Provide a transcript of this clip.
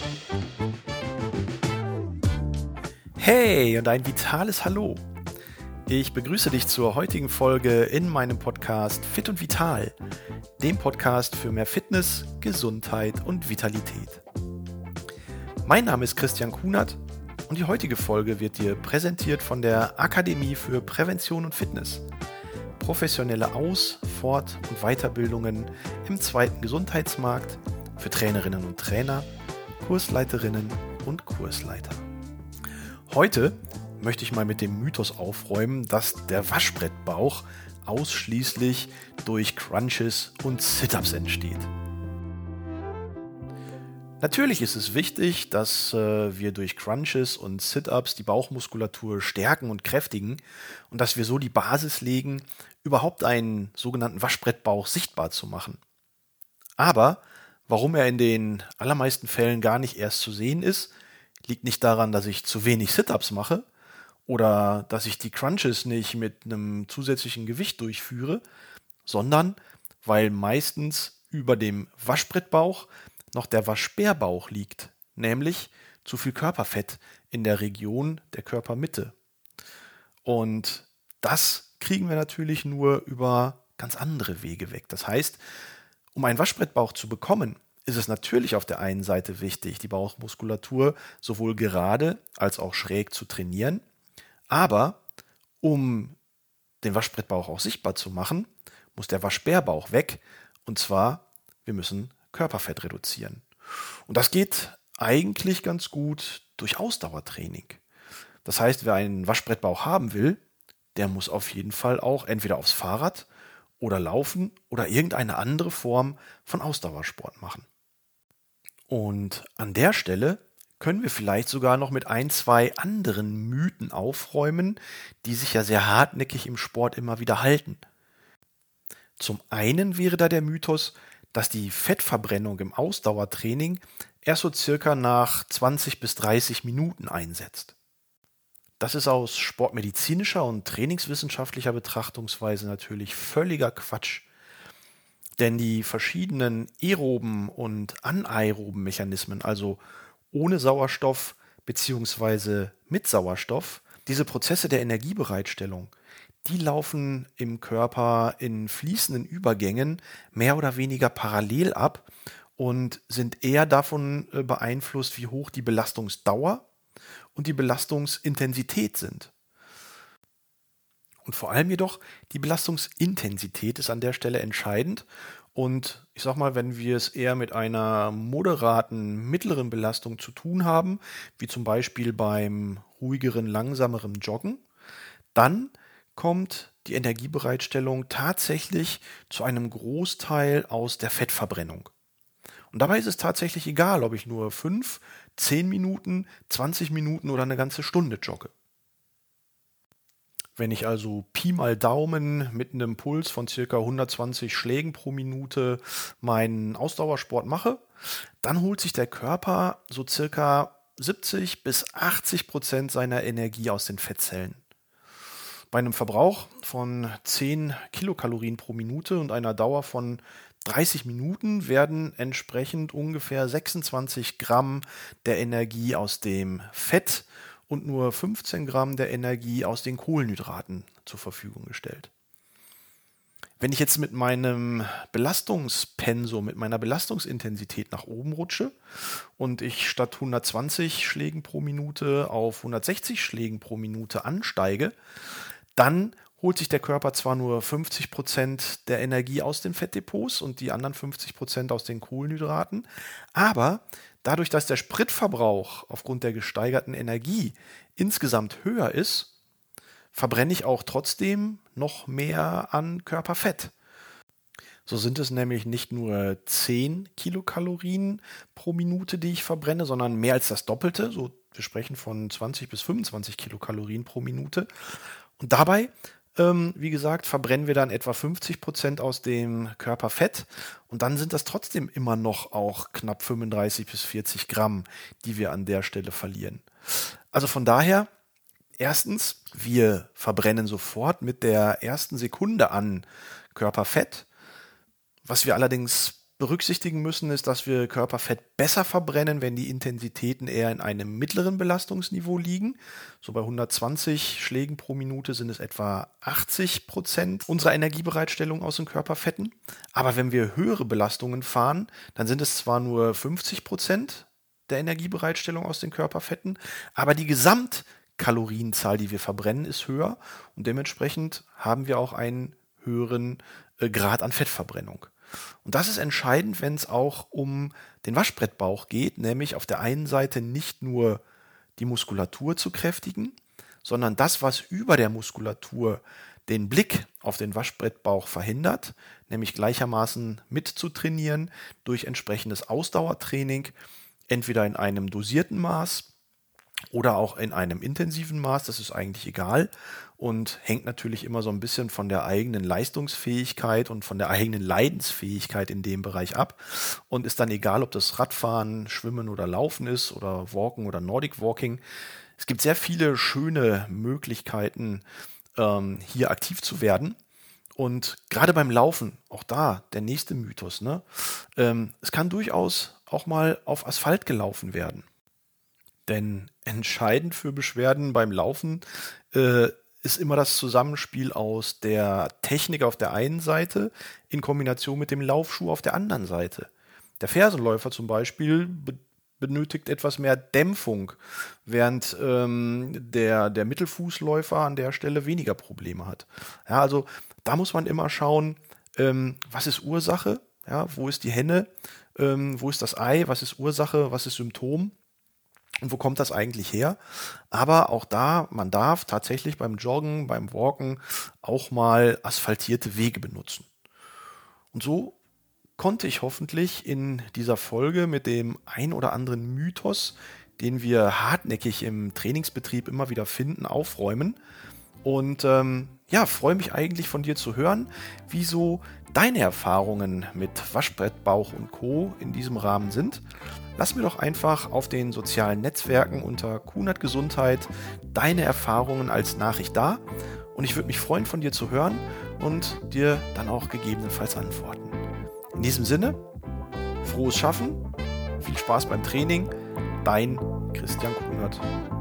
Hey und ein vitales Hallo. Ich begrüße dich zur heutigen Folge in meinem Podcast Fit und Vital, dem Podcast für mehr Fitness, Gesundheit und Vitalität. Mein Name ist Christian Kunert und die heutige Folge wird dir präsentiert von der Akademie für Prävention und Fitness. Professionelle Aus-, Fort- und Weiterbildungen im zweiten Gesundheitsmarkt für Trainerinnen und Trainer, Kursleiterinnen und Kursleiter. Heute möchte ich mal mit dem Mythos aufräumen, dass der Waschbrettbauch ausschließlich durch Crunches und Sit-Ups entsteht. Natürlich ist es wichtig, dass wir durch Crunches und Sit-Ups die Bauchmuskulatur stärken und kräftigen und dass wir so die Basis legen, überhaupt einen sogenannten Waschbrettbauch sichtbar zu machen. Aber warum er in den allermeisten Fällen gar nicht erst zu sehen ist, liegt nicht daran, dass ich zu wenig Sit-Ups mache oder dass ich die Crunches nicht mit einem zusätzlichen Gewicht durchführe, sondern weil meistens über dem Waschbrettbauch noch der Waschbärbauch liegt, nämlich zu viel Körperfett in der Region der Körpermitte. Und das kriegen wir natürlich nur über ganz andere Wege weg. Das heißt, um einen Waschbrettbauch zu bekommen, ist es natürlich auf der einen Seite wichtig, die Bauchmuskulatur sowohl gerade als auch schräg zu trainieren. Aber um den Waschbrettbauch auch sichtbar zu machen, muss der Waschbärbauch weg. Und zwar, wir müssen Körperfett reduzieren. Und das geht eigentlich ganz gut durch Ausdauertraining. Das heißt, wer einen Waschbrettbauch haben will, der muss auf jeden Fall auch entweder aufs Fahrrad oder laufen oder irgendeine andere Form von Ausdauersport machen. Und an der Stelle können wir vielleicht sogar noch mit ein, zwei anderen Mythen aufräumen, die sich ja sehr hartnäckig im Sport immer wieder halten. Zum einen wäre da der Mythos, dass die Fettverbrennung im Ausdauertraining erst so circa nach 20 bis 30 Minuten einsetzt. Das ist aus sportmedizinischer und trainingswissenschaftlicher Betrachtungsweise natürlich völliger Quatsch. Denn die verschiedenen aeroben und anaeroben Mechanismen, also ohne Sauerstoff bzw. mit Sauerstoff, diese Prozesse der Energiebereitstellung, die laufen im Körper in fließenden Übergängen mehr oder weniger parallel ab und sind eher davon beeinflusst, wie hoch die Belastungsdauer und die Belastungsintensität sind. Und vor allem jedoch, die Belastungsintensität ist an der Stelle entscheidend. Und ich sag mal, wenn wir es eher mit einer moderaten, mittleren Belastung zu tun haben, wie zum Beispiel beim ruhigeren, langsameren Joggen, dann kommt die Energiebereitstellung tatsächlich zu einem Großteil aus der Fettverbrennung. Und dabei ist es tatsächlich egal, ob ich nur 5, 10 Minuten, 20 Minuten oder eine ganze Stunde jogge. Wenn ich also Pi mal Daumen mit einem Puls von ca. 120 Schlägen pro Minute meinen Ausdauersport mache, dann holt sich der Körper so ca. 70 bis 80% seiner Energie aus den Fettzellen. Bei einem Verbrauch von 10 Kilokalorien pro Minute und einer Dauer von 30 Minuten werden entsprechend ungefähr 26 Gramm der Energie aus dem Fett und nur 15 Gramm der Energie aus den Kohlenhydraten zur Verfügung gestellt. Wenn ich jetzt mit meinem Belastungspensum, mit meiner Belastungsintensität nach oben rutsche und ich statt 120 Schlägen pro Minute auf 160 Schlägen pro Minute ansteige, dann holt sich der Körper zwar nur 50% der Energie aus den Fettdepots und die anderen 50% aus den Kohlenhydraten, aber dadurch, dass der Spritverbrauch aufgrund der gesteigerten Energie insgesamt höher ist, verbrenne ich auch trotzdem noch mehr an Körperfett. So sind es nämlich nicht nur 10 Kilokalorien pro Minute, die ich verbrenne, sondern mehr als das Doppelte. So, wir sprechen von 20 bis 25 Kilokalorien pro Minute. Und dabei, wie gesagt, verbrennen wir dann etwa 50% aus dem Körperfett und dann sind das trotzdem immer noch auch knapp 35 bis 40 Gramm, die wir an der Stelle verlieren. Also von daher, erstens, wir verbrennen sofort mit der ersten Sekunde an Körperfett. Was wir allerdings berücksichtigen müssen, ist, dass wir Körperfett besser verbrennen, wenn die Intensitäten eher in einem mittleren Belastungsniveau liegen. So bei 120 Schlägen pro Minute sind es etwa 80% unserer Energiebereitstellung aus den Körperfetten. Aber wenn wir höhere Belastungen fahren, dann sind es zwar nur 50% der Energiebereitstellung aus den Körperfetten, aber die Gesamtkalorienzahl, die wir verbrennen, ist höher und dementsprechend haben wir auch einen höheren Grad an Fettverbrennung. Und das ist entscheidend, wenn es auch um den Waschbrettbauch geht, nämlich auf der einen Seite nicht nur die Muskulatur zu kräftigen, sondern das, was über der Muskulatur den Blick auf den Waschbrettbauch verhindert, nämlich gleichermaßen mitzutrainieren durch entsprechendes Ausdauertraining, entweder in einem dosierten Maß oder auch in einem intensiven Maß, das ist eigentlich egal und hängt natürlich immer so ein bisschen von der eigenen Leistungsfähigkeit und von der eigenen Leidensfähigkeit in dem Bereich ab und ist dann egal, ob das Radfahren, Schwimmen oder Laufen ist oder Walken oder Nordic Walking. Es gibt sehr viele schöne Möglichkeiten, hier aktiv zu werden. Und gerade beim Laufen, auch da der nächste Mythos, ne? Es kann durchaus auch mal auf Asphalt gelaufen werden. Denn entscheidend für Beschwerden beim Laufen ist immer das Zusammenspiel aus der Technik auf der einen Seite in Kombination mit dem Laufschuh auf der anderen Seite. Der Fersenläufer zum Beispiel benötigt etwas mehr Dämpfung, während der Mittelfußläufer an der Stelle weniger Probleme hat. Ja, also da muss man immer schauen, was ist Ursache, ja, wo ist die Henne, wo ist das Ei, was ist Ursache, was ist Symptom. Und wo kommt das eigentlich her? Aber auch da, man darf tatsächlich beim Joggen, beim Walken auch mal asphaltierte Wege benutzen. Und so konnte ich hoffentlich in dieser Folge mit dem ein oder anderen Mythos, den wir hartnäckig im Trainingsbetrieb immer wieder finden, aufräumen. Und ja, freue mich eigentlich von dir zu hören, wieso deine Erfahrungen mit Waschbrettbauch und Co. in diesem Rahmen sind. Lass mir doch einfach auf den sozialen Netzwerken unter Kunert Gesundheit deine Erfahrungen als Nachricht da und ich würde mich freuen, von dir zu hören und dir dann auch gegebenenfalls antworten. In diesem Sinne, frohes Schaffen, viel Spaß beim Training, dein Christian Kunert.